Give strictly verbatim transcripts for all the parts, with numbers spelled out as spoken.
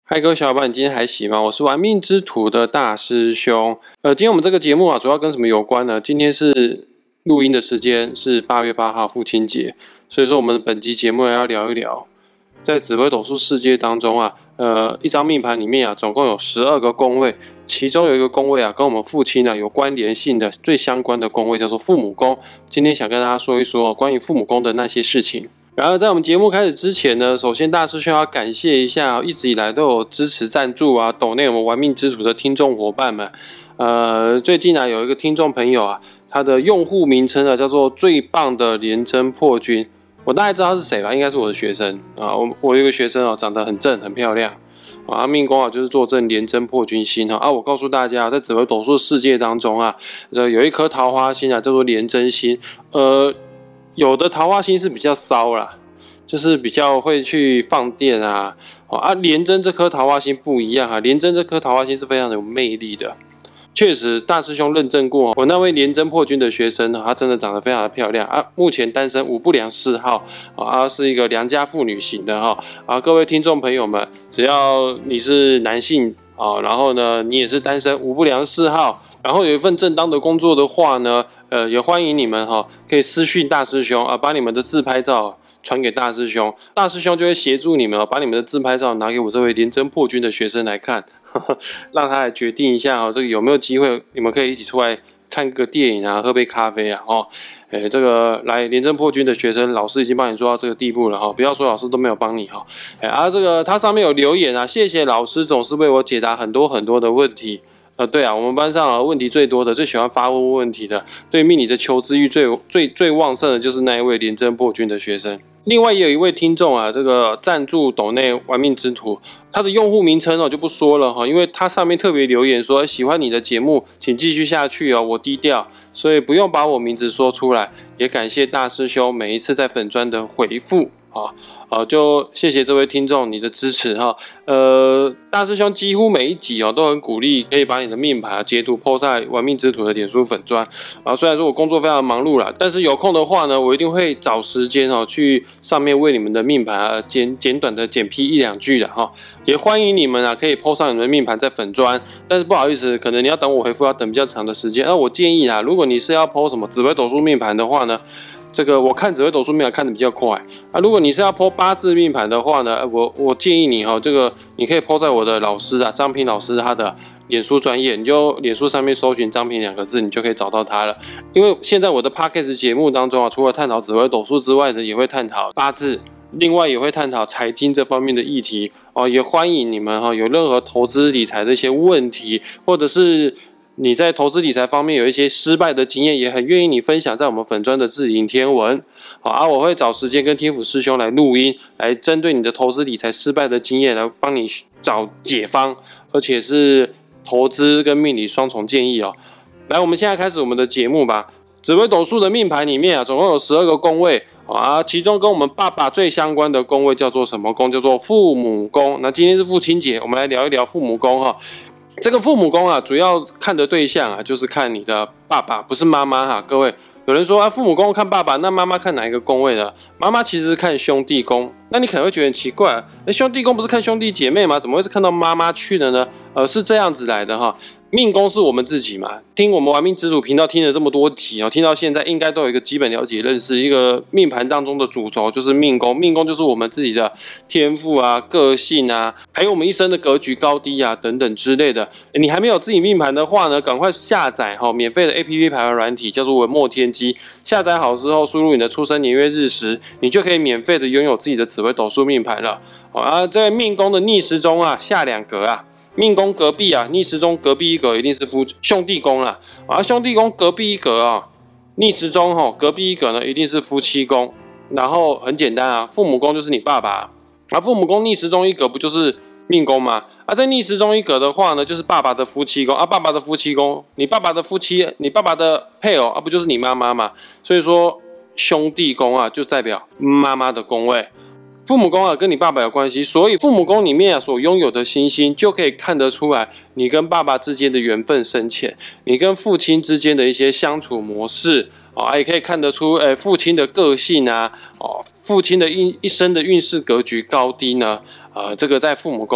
嗨，各位小伙伴，你今天还行吗？我是玩命之徒的大师兄。呃，今天我们这个节目啊，主要跟什么有关呢？今天是录音的时间是八月八号父亲节，所以说我们本集节目要聊一聊，在紫微斗数世界当中啊，呃，一张命盘里面啊，总共有十二个宫位，其中有一个宫位啊，跟我们父亲啊有关联性的最相关的宫位叫做父母宫。今天想跟大家说一说关于父母宫的那些事情。然而，在我们节目开始之前呢，首先大师兄要感谢一下一直以来都有支持赞助啊、抖内我们玩命之徒的听众伙伴们。呃，最近啊有一个听众朋友啊，他的用户名称啊叫做最棒的廉贞破军，我大概知道他是谁吧，应该是我的学生啊。我我有一个学生哦，长得很正很漂亮啊，命宫啊就是坐镇廉贞破军星啊。我告诉大家，在紫微斗数世界当中啊，有一颗桃花星啊叫做廉贞星，呃。有的桃花星是比较骚啦，就是比较会去放电啊。啊，廉贞这颗桃花星不一样啊，廉贞这颗桃花星是非常有魅力的。确实，大师兄认证过，我那位廉贞破军的学生，她真的长得非常的漂亮啊。目前单身，五不良嗜好啊，是一个良家妇女型的哈啊。各位听众朋友们，只要你是男性。啊，然后呢，你也是单身，无不良嗜好，然后有一份正当的工作的话呢，呃，也欢迎你们哈、哦，可以私讯大师兄啊，把你们的自拍照传给大师兄，大师兄就会协助你们、哦、把你们的自拍照拿给我这位廉贞破军的学生来看，呵呵让他来决定一下哦，这个有没有机会，你们可以一起出来看个电影啊，喝杯咖啡啊，哦。诶，这个来廉贞破军的学生，老师已经帮你做到这个地步了哈，不要说老师都没有帮你哈。诶啊，这个他上面有留言啊，谢谢老师总是为我解答很多很多的问题。呃，对啊，我们班上啊问题最多的，最喜欢发问问题的，对命理的求知欲最最最旺盛的就是那一位廉贞破军的学生。另外也有一位听众啊，这个赞助斗内玩命之徒，他的用户名称哦就不说了哈，因为他上面特别留言说喜欢你的节目，请继续下去哦，我低调，所以不用把我名字说出来。也感谢大师兄每一次在粉专的回复啊，呃，就谢谢这位听众你的支持哈。呃，大师兄几乎每一集哦都很鼓励，可以把你的命盘截图 po 在玩命之徒的脸书粉专啊。虽然说我工作非常忙碌啦，但是有空的话呢，我一定会找时间哦去上面为你们的命盘啊简简短的简批一两句的哈。也欢迎你们啊可以 po 上你们的命盘在粉专，但是不好意思，可能你要等我回复，要等比较长的时间。那我建议啊，如果你是要 po 什么紫微斗数命盘的话呢？这个我看紫微斗数命盘看得比较快啊。如果你是要 po 八字命盘的话呢，我我建议你哈、哦，这个你可以 po 在我的老师啊张平老师他的脸书专页，你就脸书上面搜寻张平两个字，你就可以找到他了。因为现在我的 podcast 节目当中啊，除了探讨紫微斗数之外呢，也会探讨八字，另外也会探讨财经这方面的议题哦。也欢迎你们哈、哦，有任何投资理财的一些问题，或者是你在投资理财方面有一些失败的经验，也很愿意你分享在我们粉专的智盈天文。好啊，我会找时间跟天府师兄来录音，来针对你的投资理财失败的经验来帮你找解方，而且是投资跟命理双重建议哦。来，我们现在开始我们的节目吧。紫微斗数的命盘里面啊，总共有十二个宫位啊，其中跟我们爸爸最相关的宫位叫做什么宫？叫做父母宫。那今天是父亲节，我们来聊一聊父母宫哈。这个父母宫啊，主要看的对象啊，就是看你的爸爸，不是妈妈哈。各位，有人说啊，父母宫看爸爸，那妈妈看哪一个宫位呢？妈妈其实是看兄弟宫。那你可能会觉得很奇怪，哎，兄弟宫不是看兄弟姐妹吗？怎么会是看到妈妈去的呢？呃，是这样子来的哈。命宫是我们自己嘛，听我们玩命之徒频道听了这么多集哦，听到现在应该都有一个基本了解认识，一个命盘当中的主轴就是命宫，命宫就是我们自己的天赋啊、个性啊，还有我们一生的格局高低啊等等之类的。你还没有自己命盘的话呢，赶快下载哈、哦、免费的 A P P 排盘软体，叫做文墨天机。下载好之后，输入你的出生年月日时，你就可以免费的拥有自己的紫微斗数命盘了。好啊，在命宫的逆时钟啊，下两格啊。命宫隔壁啊，逆时钟隔壁一格一定是夫兄弟宫啦，啊，兄弟宫隔壁一格啊，逆时钟哈、哦、隔壁一格呢一定是夫妻宫，然后很简单啊，父母宫就是你爸爸，啊，父母宫逆时钟一格不就是命宫吗？啊，在逆时钟一格的话呢，就是爸爸的夫妻宫啊，爸爸的夫妻宫，你爸爸的夫妻，你爸爸的配偶啊，不就是你妈妈嘛？所以说兄弟宫啊，就代表妈妈的宫位。父母宫啊跟你爸爸有关系，所以父母宫里面啊所拥有的星星就可以看得出来你跟爸爸之间的缘分深浅，你跟父亲之间的一些相处模式啊，也可以看得出诶父亲的个性啊，哦父亲的一一生的运势格局高低呢，呃这个在父母宫啊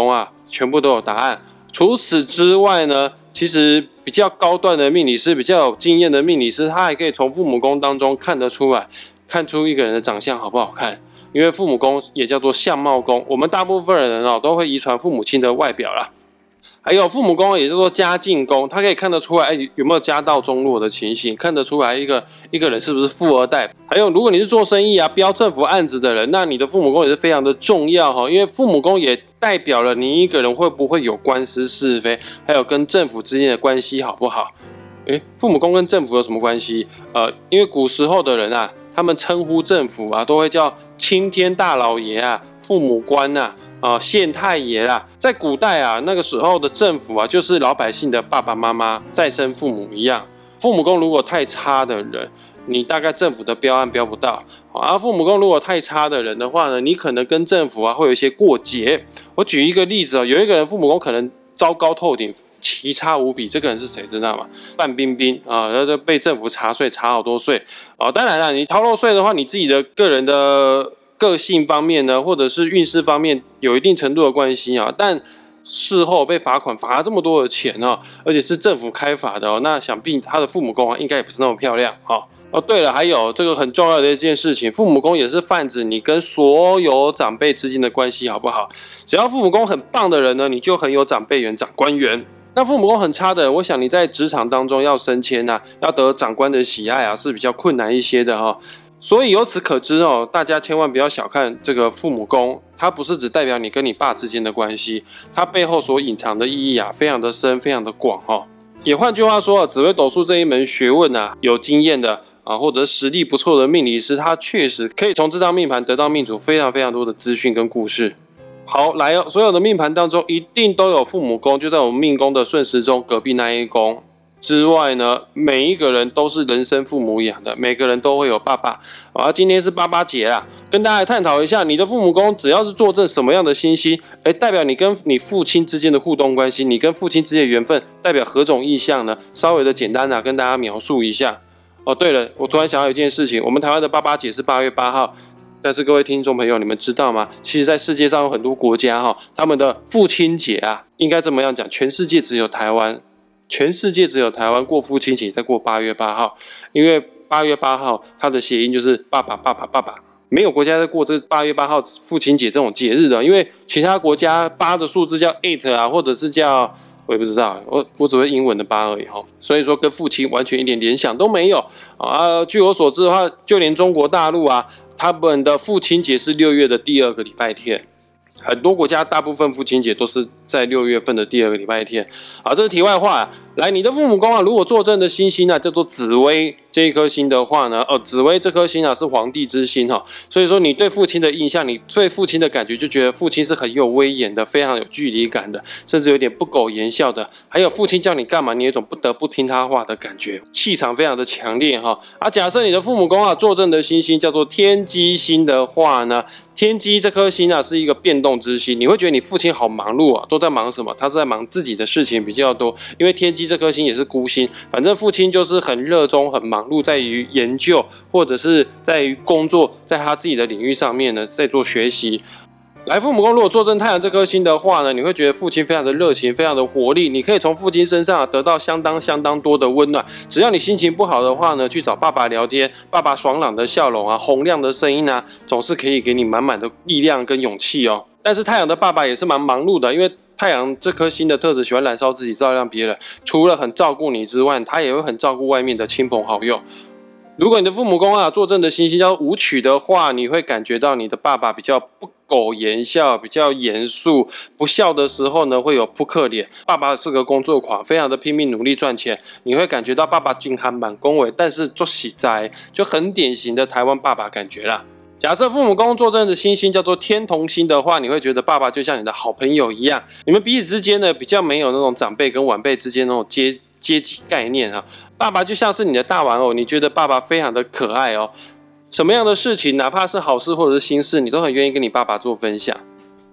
全部都有答案。除此之外呢，其实比较高段的命理师，比较有经验的命理师，他还可以从父母宫当中看得出来，看出一个人的长相好不好看。因为父母宫也叫做相貌宫，我们大部分人哦都会遗传父母亲的外表啦。还有父母宫也叫做家境宫，他可以看得出来，哎，有没有家道中落的情形，看得出来一个一个人是不是富二代。还有，如果你是做生意啊、标政府案子的人，那你的父母宫也是非常的重要哈，因为父母宫也代表了你一个人会不会有官司是非，还有跟政府之间的关系好不好。诶，父母宫跟政府有什么关系？呃，因为古时候的人啊，他们称呼政府啊，都会叫青天大老爷啊、父母官啊、呃、县太爷啦。在古代啊，那个时候的政府啊，就是老百姓的爸爸妈妈、再生父母一样。父母宫如果太差的人，你大概政府的标案标不到。而父母宫如果太差的人的话呢，你可能跟政府啊会有一些过节。我举一个例子啊，有一个人父母宫可能糟糕透顶，奇差无比。这个人是谁知道吗？范冰冰啊，他被政府查税查好多税啊。当然了，你逃漏税的话，你自己的个人的个性方面呢，或者是运势方面有一定程度的关系啊，但事后被罚款罚了这么多的钱哦，而且是政府开罚的哦，那想必他的父母宫啊应该也不是那么漂亮哦。哦，对了，还有这个很重要的一件事情，父母宫也是泛指你跟所有长辈之间的关系好不好？只要父母宫很棒的人呢，你就很有长辈缘、长官缘。那父母宫很差的人，我想你在职场当中要升迁啊，要得长官的喜爱啊，是比较困难一些的哈、哦。所以由此可知哦，大家千万不要小看这个父母宫，它不是只代表你跟你爸之间的关系，它背后所隐藏的意义啊，非常的深，非常的广哦。也换句话说，紫微斗数这一门学问啊，有经验的啊，或者实力不错的命理师，他确实可以从这张命盘得到命主非常非常多的资讯跟故事。好，来哦，所有的命盘当中一定都有父母宫，就在我们命宫的顺时钟隔壁那一宫。之外呢，每一个人都是人生父母养的，每个人都会有爸爸。啊，今天是爸爸节啦，跟大家来探讨一下，你的父母宫只要是坐镇什么样的星星，哎，代表你跟你父亲之间的互动关系，你跟父亲之间的缘分，代表何种意象呢？稍微的简单啊，跟大家描述一下。哦，对了，我突然想到一件事情，我们台湾的爸爸节是八月八号。但是各位听众朋友，你们知道吗？其实在世界上有很多国家哈，他们的父亲节啊，应该这么样讲，全世界只有台湾。全世界只有台湾过父亲节在过八月八号，因为八月八号它的谐音就是爸爸爸爸爸爸，没有国家在过这八月八号父亲节这种节日的，因为其他国家八的数字叫 eight 啊，或者是叫我也不知道，我我只会英文的八而已哈，所以说跟父亲完全一点联想都没有啊。据我所知的话，就连中国大陆啊，他们的父亲节是六月的第二个礼拜天。很多国家大部分父亲节都是在六月份的第二个礼拜天。好，这是题外话、啊。来，你的父母宫啊，如果坐镇的星星啊，叫做紫微这一颗星的话呢，哦，紫微这颗星啊是皇帝之星哈、哦，所以说你对父亲的印象，你对父亲的感觉就觉得父亲是很有威严的，非常有距离感的，甚至有点不苟言笑的。还有父亲叫你干嘛，你有一种不得不听他话的感觉，气场非常的强烈哈、哦。啊，假设你的父母宫啊坐镇的星星叫做天机星的话呢，天机这颗星啊是一个变动之星，你会觉得你父亲好忙碌啊，都在忙什么？他是在忙自己的事情比较多，因为天机这颗星也是孤星，反正父亲就是很热衷、很忙碌，在于研究或者是在于工作，在他自己的领域上面呢，在做学习。来，父母宫如果坐镇太阳这颗星的话呢，你会觉得父亲非常的热情，非常的活力，你可以从父亲身上得到相当相当多的温暖。只要你心情不好的话呢，去找爸爸聊天，爸爸爽朗的笑容啊，洪亮的声音啊，总是可以给你满满的力量跟勇气哦。但是太阳的爸爸也是蛮忙碌的，因为太阳这颗星的特质喜欢燃烧自己，照亮别人。除了很照顾你之外，他也会很照顾外面的亲朋好友。如果你的父母宫啊坐镇的星星叫武曲的话，你会感觉到你的爸爸比较不苟言笑，比较严肃，不笑的时候呢会有扑克脸。爸爸是个工作狂，非常的拼命努力赚钱，你会感觉到爸爸金憨蛮恭维，但是做喜在就很典型的台湾爸爸感觉啦。假设父母宫坐镇的星星叫做天同星的话，你会觉得爸爸就像你的好朋友一样，你们彼此之间呢比较没有那种长辈跟晚辈之间那种阶阶级概念啊。爸爸就像是你的大玩偶，你觉得爸爸非常的可爱哦。什么样的事情，哪怕是好事或者是心事，你都很愿意跟你爸爸做分享。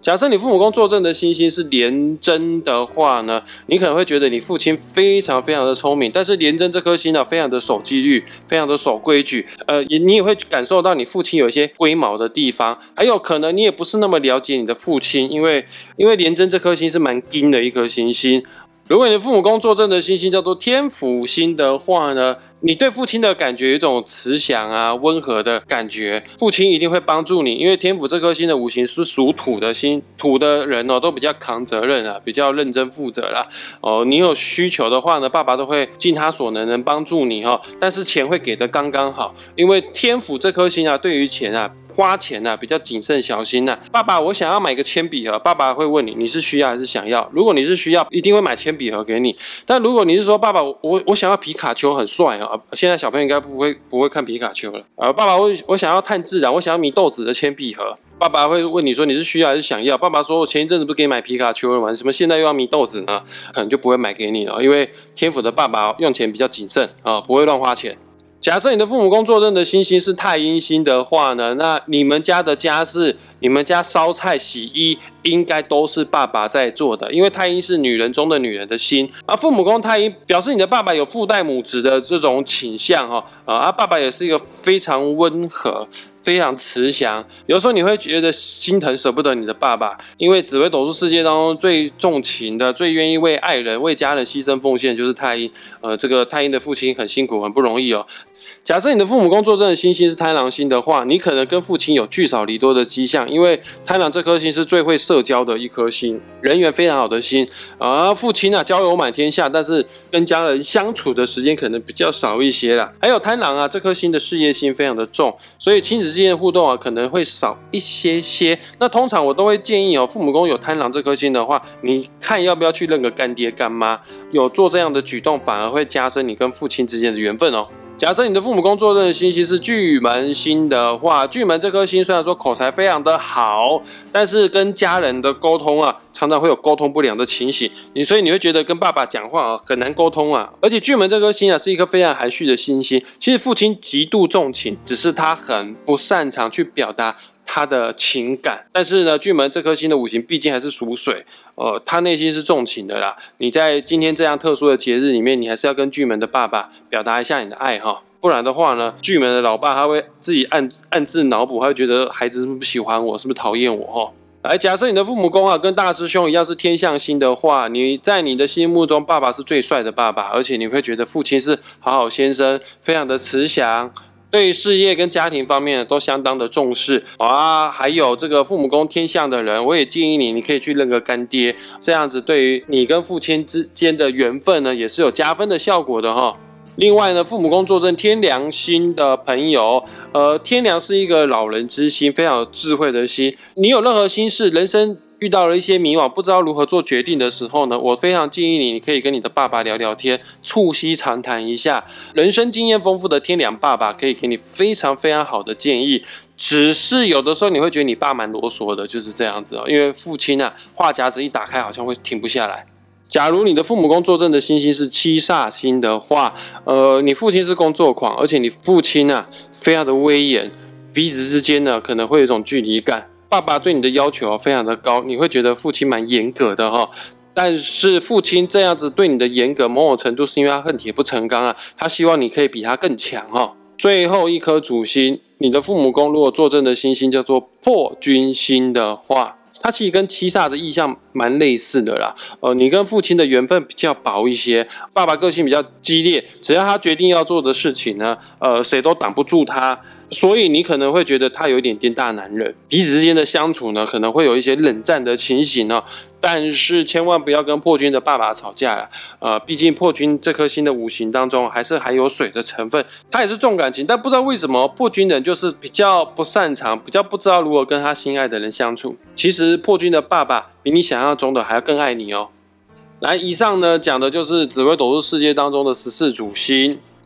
假设你父母宫坐镇的星星是廉贞的话呢，你可能会觉得你父亲非常非常的聪明，但是廉贞这颗星呢，非常的守纪律，非常的守规矩，呃，你也会感受到你父亲有一些龟毛的地方，还有可能你也不是那么了解你的父亲，因为因为廉贞这颗星是蛮硬的一颗行星。如果你的父母宫坐镇的星星叫做天府星的话呢，你对父亲的感觉有一种慈祥啊、温和的感觉，父亲一定会帮助你，因为天府这颗星的五行是属土的星，土的人哦都比较扛责任啊，比较认真负责啦。哦，你有需求的话呢，爸爸都会尽他所能能帮助你哈、哦，但是钱会给的刚刚好，因为天府这颗星啊，对于钱啊。花钱啊比较谨慎小心啊。爸爸，我想要买个铅笔盒，爸爸会问你，你是需要还是想要？如果你是需要，一定会买铅笔盒给你。但如果你是说，爸爸，我我想要皮卡丘，很帅啊，现在小朋友应该不会不会看皮卡丘了啊。爸爸，我我想要炭治郎，我想要祢豆子的铅笔盒。爸爸会问你说你是需要还是想要？爸爸说我前一阵子不是给你买皮卡丘了吗？什么现在又要祢豆子呢？可能就不会买给你了，因为天府的爸爸用钱比较谨慎啊，不会乱花钱。假设你的父母宫坐镇的星星是太阴星的话呢，那你们家的家事，你们家烧菜洗衣应该都是爸爸在做的，因为太阴是女人中的女人的心啊。父母宫太阴表示你的爸爸有父代母职的这种倾向哈啊，爸爸也是一个非常温和。非常慈祥，有时候你会觉得心疼舍不得你的爸爸，因为紫微斗数世界当中最重情的、最愿意为爱人、为家人牺牲奉献就是太阴。呃，这个太阴的父亲很辛苦，很不容易哦。假设你的父母宫坐镇的星星是贪狼星的话，你可能跟父亲有聚少离多的迹象，因为贪狼这颗星是最会社交的一颗星，人缘非常好的星。啊，父亲啊，交友满天下，但是跟家人相处的时间可能比较少一些啦。还有贪狼啊，这颗星的事业心非常的重，所以亲子之间的互动啊，可能会少一些些。那通常我都会建议哦，父母宫有贪狼这颗星的话，你看要不要去认个干爹干妈，有做这样的举动，反而会加深你跟父亲之间的缘分哦。假设你的父母宫坐镇的星星是巨门星的话，巨门这颗星虽然说口才非常的好，但是跟家人的沟通啊，常常会有沟通不良的情形，你所以你会觉得跟爸爸讲话啊很难沟通啊。而且巨门这颗星啊是一颗非常含蓄的星星，其实父亲极度重情，只是他很不擅长去表达他的情感，但是呢，巨门这颗星的五行毕竟还是属水，呃，他内心是重情的啦。你在今天这样特殊的节日里面，你还是要跟巨门的爸爸表达一下你的爱哈，不然的话呢，巨门的老爸他会自己暗暗自脑补，他会觉得孩子是不是不喜欢我，是不是讨厌我哈。来，假设你的父母宫啊跟大师兄一样是天象星的话，你在你的心目中，爸爸是最帅的爸爸，而且你会觉得父亲是好好先生，非常的慈祥。对事业跟家庭方面都相当的重视啊，还有这个父母宫天象的人，我也建议你，你可以去认个干爹，这样子对于你跟父亲之间的缘分呢，也是有加分的效果的哈。另外呢，父母宫坐镇天梁星的朋友，呃，天梁是一个老人之星，非常有智慧的星。你有任何心事，人生遇到了一些迷惘，不知道如何做决定的时候呢，我非常建议你，你可以跟你的爸爸聊聊天，促膝长谈一下。人生经验丰富的天梁爸爸可以给你非常非常好的建议。只是有的时候你会觉得你爸蛮啰嗦的，就是这样子哦，因为父亲啊，话匣子一打开，好像会停不下来。假如你的父母宫坐镇的星星是七煞星的话，呃，你父亲是工作狂，而且你父亲啊非常的威严，彼此之间呢可能会有一种距离感。爸爸对你的要求非常的高，你会觉得父亲蛮严格的哈。但是父亲这样子对你的严格，某种程度是因为他恨铁不成钢啊，他希望你可以比他更强哈。最后一颗主星，你的父母宫如果坐镇的星星叫做破军星的话，它其实跟七煞的意象蛮类似的啦。呃，你跟父亲的缘分比较薄一些，爸爸个性比较激烈，只要他决定要做的事情呢，呃，谁都挡不住他。所以你可能会觉得他有一点点大男人，彼此之间的相处呢，可能会有一些冷战的情形哦。但是千万不要跟破军的爸爸吵架啦，呃，毕竟破军这颗星的五行当中还是含有水的成分，他也是重感情，但不知道为什么破军人就是比较不擅长，比较不知道如何跟他心爱的人相处。其实破军的爸爸比你想象中的还要更爱你哦。来，以上呢讲的就是紫微斗数世界当中的十四主星。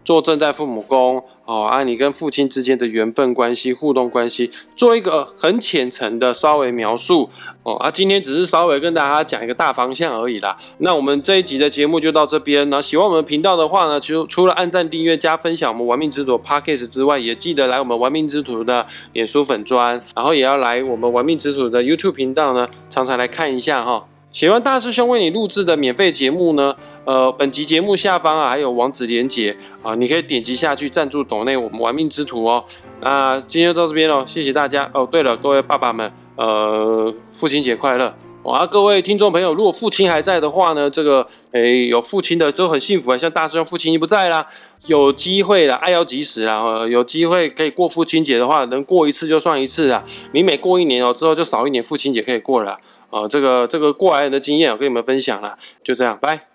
做正在父母宫哦啊，你跟父亲之间的缘分关系、互动关系，做一个很浅层的稍微描述哦啊。今天只是稍微跟大家讲一个大方向而已啦。那我们这一集的节目就到这边。那喜欢我们频道的话呢，就除了按赞、订阅、加分享我们玩命之徒 Podcast 之外，也记得来我们玩命之徒的脸书粉专，然后也要来我们玩命之徒的 YouTube 频道呢，常常来看一下哈。喜欢大师兄为你录制的免费节目呢，呃，本集节目下方啊还有网址连结啊，你可以点击下去赞助抖内我们玩命之徒哦。那今天就到这边咯，谢谢大家哦。对了，各位爸爸们，呃，父亲节快乐！哇，各位听众朋友，如果父亲还在的话呢，这个诶有父亲的都很幸福啊，像大师兄父亲已经不在啦。有机会啦，爱要及时啦，有机会可以过父亲节的话，能过一次就算一次啦。你每过一年哦，之后就少一年父亲节可以过了。呃，这个这个过来人的经验我跟你们分享了，就这样，拜。